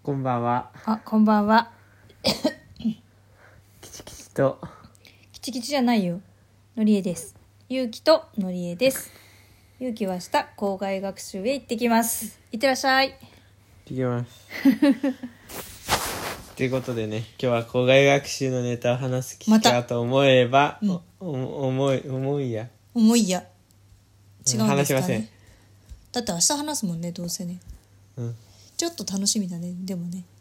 こんばんは。 こんばんは。 キチキチとキチキチじゃないよ。のりえです。ゆうきとのりえです。ゆうきは明日校外学習へ行ってきます。いってらっしゃい。 行きます。ということでね、今日は校外学習のネタを話す機会かと思えば、重いや。 重いや。違うんですかね。 話しません。 だって明日話すもんね、どうせね。ちょっと楽しみだね、でもね。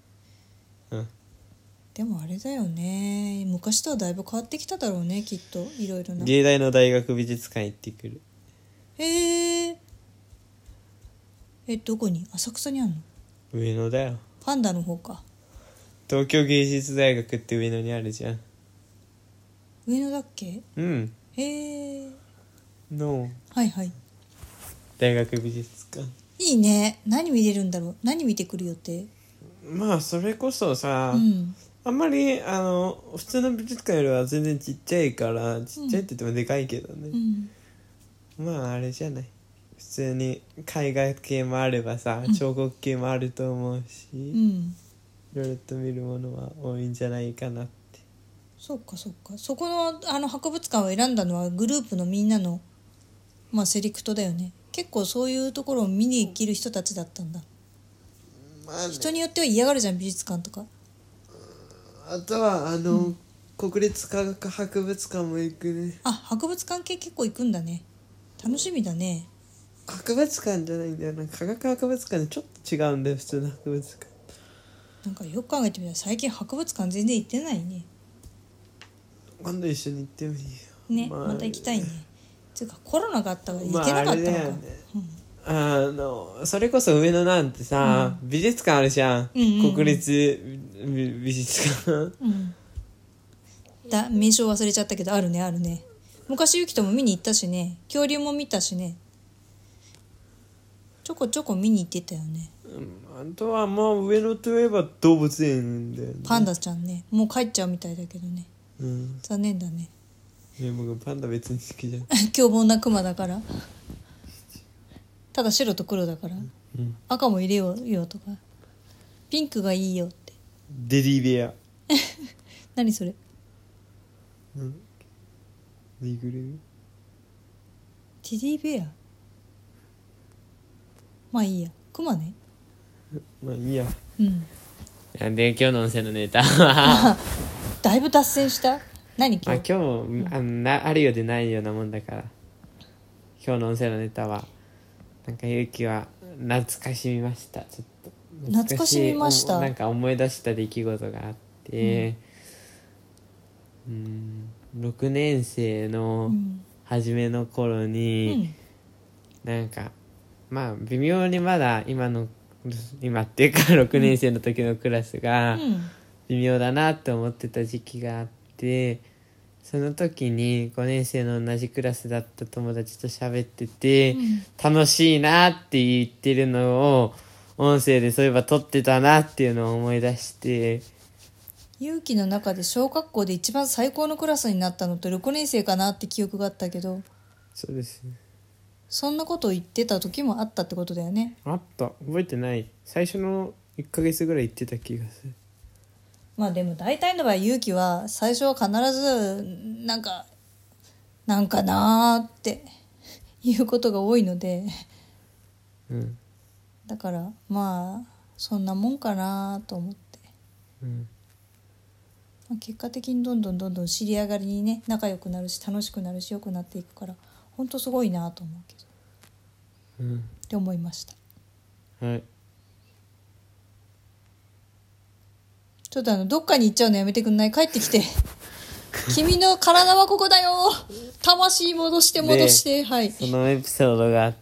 でもあれだよね、昔とはだいぶ変わってきただろうね、きっといろいろな。 芸大の大学美術館行ってくる。 どこに？浅草にあんの？ 上野だよ。 パンダの方か。 東京芸術大学って上野にあるじゃん。 上野だっけ？ のはいはい。 大学美術館。 いいね。何見れるんだろう。何見てくる予定？ まあそれこそさ、 うんあんまり普通の美術館よりは全然ちっちゃいから、ちっちゃいって言ってもでかいけどね、まああれじゃない、普通に絵画系もあればさ、彫刻系もあると思うし、いろいろと見るものは多いんじゃないかなって。 そっかそっか。そこの博物館を選んだのはグループのみんなのセレクトだよね。結構そういうところを見に行ける人たちだったんだ。 まあね、 人によっては嫌がるじゃん、美術館とか。 あとは国立科学博物館も行くね。 博物館系結構行くんだね。楽しみだね。 博物館じゃないんだよな、科学博物館でちょっと違うんだよ、普通の博物館。 なんかよく考えてみたら最近博物館全然行ってないね。 今度一緒に行ってもいいよね、また行きたいね。つうかコロナがあったから行けなかったのか、 あれだよね、それこそ上野なんてさ、美術館あるじゃん、国立美術館名称忘れちゃったけどあるねあるね。昔ゆきとも見に行ったしね、恐竜も見たしね、ちょこちょこ見に行ってたよね。 あとはまあ上野といえば動物園だよね。 パンダちゃんね、もう帰っちゃうみたいだけどね、残念だね。 僕パンダ別に好きじゃん凶暴なクマだから。ただ白と黒だから、赤も入れようよとか、ピンクがいいよって。 デディベア何それ？ ぬいぐるみテディベア。まあいいや、クマね。 まあいいや。 で今日の音声のネタはだいぶ脱線した。何今日？ 今日あるようでないようなもんだから、今日の音声のネタはなんかゆうきは懐かしみました。ちょっと懐かしみました。 なんか思い出した出来事があって、6年生の初めの頃に、なんかまあ微妙にまだ今っていうか6年生の時のクラスが微妙だなって思ってた時期があって、その時に5年生の同じクラスだった友達と喋ってて、楽しいなって言ってるのを音声でそういえば撮ってたなっていうのを思い出して、 勇気の中で小学校で一番最高のクラスになったのって6年生かなって記憶があったけど。 そうですね、 そんなことを言ってた時もあったってことだよね。 あった、覚えてない。最初の1ヶ月ぐらい言ってた気がする。 まあでも大体の場合勇気は最初は必ずなんかなーっていうことが多いので、だからまあそんなもんかなと思って、結果的にどんどん知り上がりにね、仲良くなるし楽しくなるし良くなっていくから、ほんとすごいなと思うけど、って思いました。 はい。 ちょっとどっかに行っちゃうのやめてくんない？帰ってきて君の体はここだよ、魂戻して。はい。 そのエピソードがあって、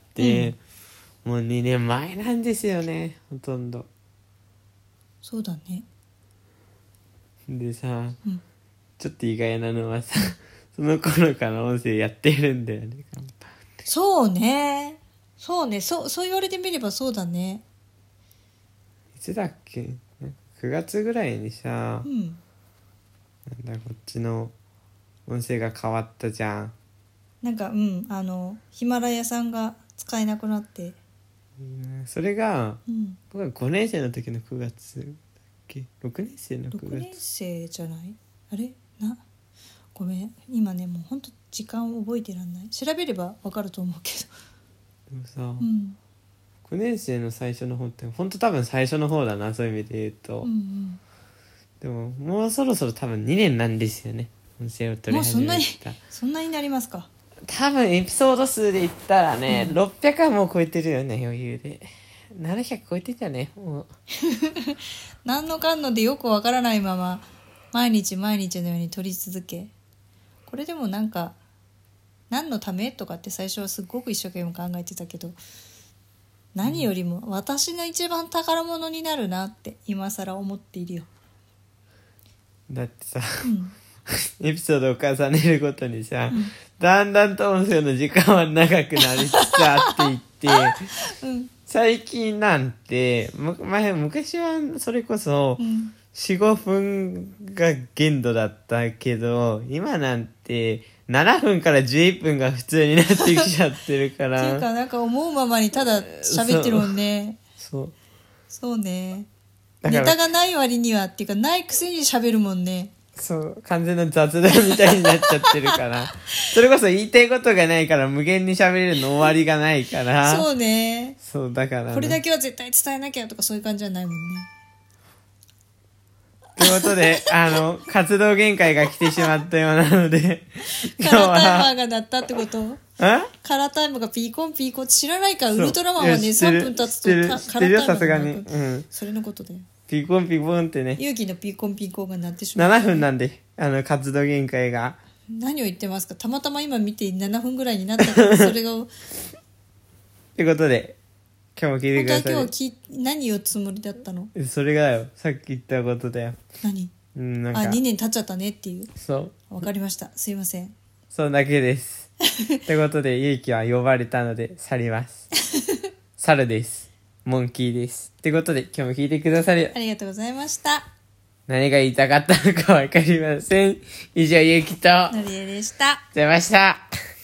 もう2年前なんですよね、ほとんど。 そうだね。 でさ、ちょっと意外なのはさ、その頃から音声やってるんだよね。 そうね、そう言われてみればそうだね。 いつだっけ、9月ぐらいにさ、こっちの音声が変わったじゃん。 なんかヒマラヤさんが使えなくなって、 それがうん僕が5年生の時の9月だっけ、6年生の9 6年月。 生じゃない？あれごめん今ねもうほんと時間を覚えてらんない。調べればわかると思うけでもさ、 どうん 9年生の最初の方って本当多分最初の方だな、そういう意味で言うと、 うんでももうそろそろ多分2年なんですよね、音声を取り始めた。 そんなになりますか。 多分エピソード数で言ったらね、600はもう超えてるよね、余裕で。700超えてたね、もう。 何のかんのでよくわからないまま毎日毎日のように撮り続け、これでもなんか何のためとかって最初はすごく一生懸命考えてたけど、何よりも私の一番宝物になるなって今更思っているよ。 だってさ、 うんエピソードを重ねるごとにさ、だんだんと音声の時間は長くなりつつあっていって、 うん最近なんて、昔はそれこそうん 4、5分が限度だったけど、今なんて7分から11分が普通になってきちゃってるかっていうら。 かなんか思うままにただ喋ってるもんね。 そう。 そうね。 だからネタがない割にはっていうかないくせに喋るもんね。 そう、完全な雑談みたいになっちゃってるから。それこそ言いたいことがないから無限に喋れるの終わりがないから。 そうね。 そう、だからね。 これだけは絶対伝えなきゃとかそういう感じじゃないもんね。 ということで、活動限界が来てしまったようなので、今日カラータイマは、 ーが鳴ったってこと？ あカラータイマーがピーコンピーコンって知らないから、 そうウルトラマンはね、 いや知ってる 3分経つと知ってるカ知ってるよラータイマーさすがに鳴くうんそれのことだよ。 ピコンピコンってね、 勇気のピーコンピーコンが鳴ってしまう。 7分なんで、活動限界が。 何を言ってますか。たまたま今見て7分ぐらいになったからそれが本ということで、今日も聞いてく当はださ今日何をつもりだったの？ い。それがよ、さっき言ったことだよ。 何？ なんか、 2年経っちゃったねっていう。 そう、 わかりました。すいません。 そんだけです。ということで、ゆうきは呼ばれたので去ります。猿です。モンキーです。ということで、今日も聞いてくださり、 ありがとうございました。 何が言いたかったのかわかりません。以上、ゆうきと、ありがとうのりえでした。 ございました。